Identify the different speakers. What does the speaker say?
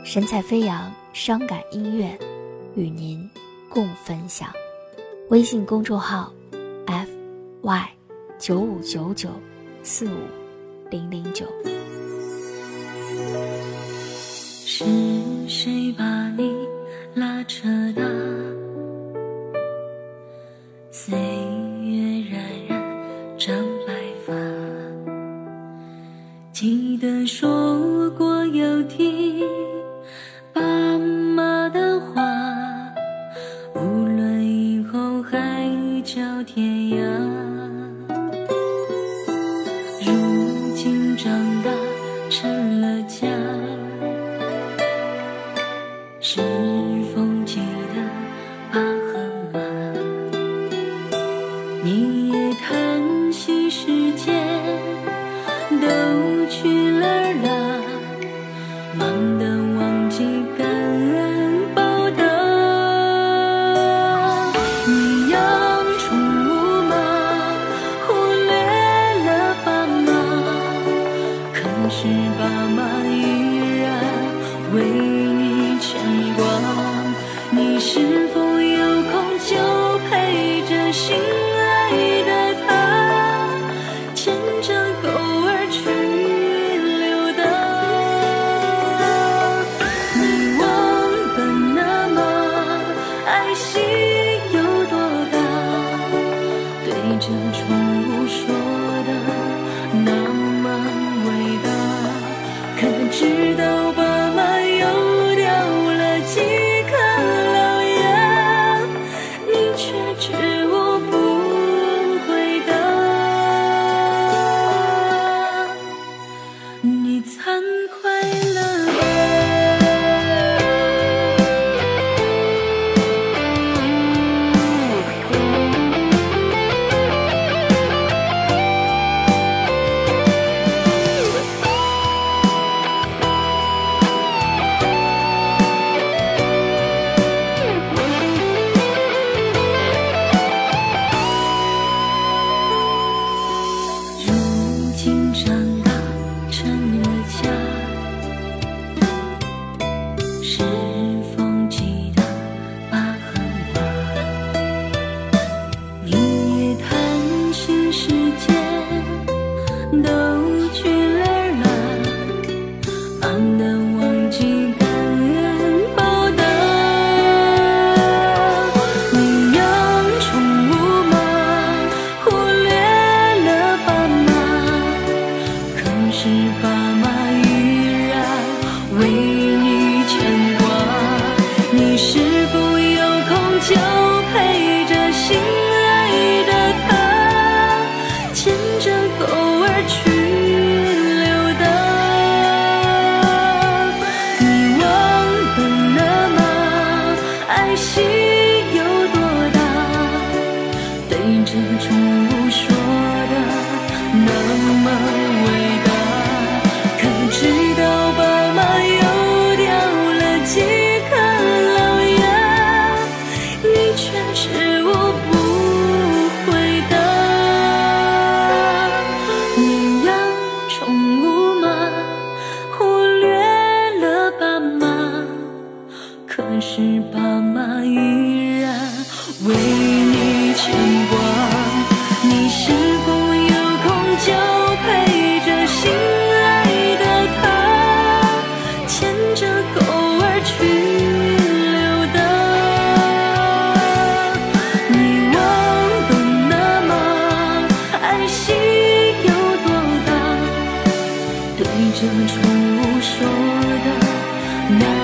Speaker 1: 神采飞扬，伤感音乐，与您共分享。微信公众号 FY9599450009。
Speaker 2: 是谁把你拉扯大？岁月冉冉长白发，记得说过要听爸妈的话，无论以后海角天涯。如今长大成了家，是否记得爸和妈？你也叹息时间都去哪儿了，忙得忘记感恩报答。你养宠物吗？忽略了爸妈，可是爸妈依然为你牵挂。你是否有空就陪着心爱的他，牵着狗儿去溜达？你忘本了吗？爱心有多大？对着宠物说的那么伟大，可知道爸妈又掉了几颗老牙？你却知我不回答。你惭愧了吧？如今长大成了家，是否记得爸和妈？你也叹息时间都去哪儿了，忙得忘记感恩报答。你养宠物吗？忽略了爸妈，可是爸妈依然为你牵挂。你是否有空就陪着心爱的他，牵着狗儿去溜达？你忘本了吗？爱心有多大？对着宠物说的那么伟大，可知道爸妈又掉了几颗老牙？你却知我不回答。你养宠物吗？忽略了爸妈，可是爸妈依然为你牵挂。你是否有空就陪着心爱的他，牵着狗儿去溜达？你忘本了吗？爱心有多大？对着宠物说的那